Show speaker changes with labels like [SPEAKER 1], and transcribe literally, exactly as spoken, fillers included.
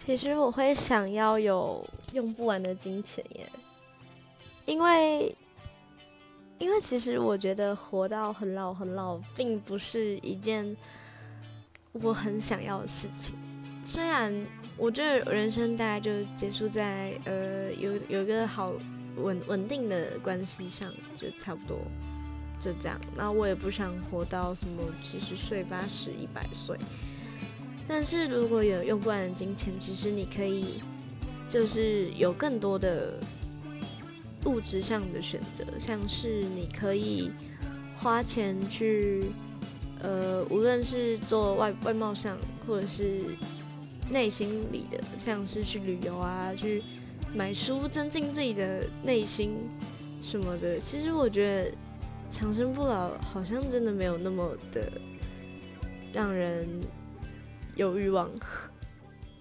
[SPEAKER 1] 其实我会想要有用不完的金钱耶，因为因为其实我觉得活到很老很老，并不是一件我很想要的事情。虽然我觉得人生大概就结束在呃有有一个好稳稳定的关系上，就差不多就这样。然后我也不想活到什么七十岁、八十、一百岁。但是如果有用不完的金钱，其实你可以就是有更多的物质上的选择，像是你可以花钱去，呃，无论是做外外貌上，或者是内心里的，像是去旅游啊，去买书，增进自己的内心什么的。其实我觉得长生不老好像真的没有那么的让人有欲望。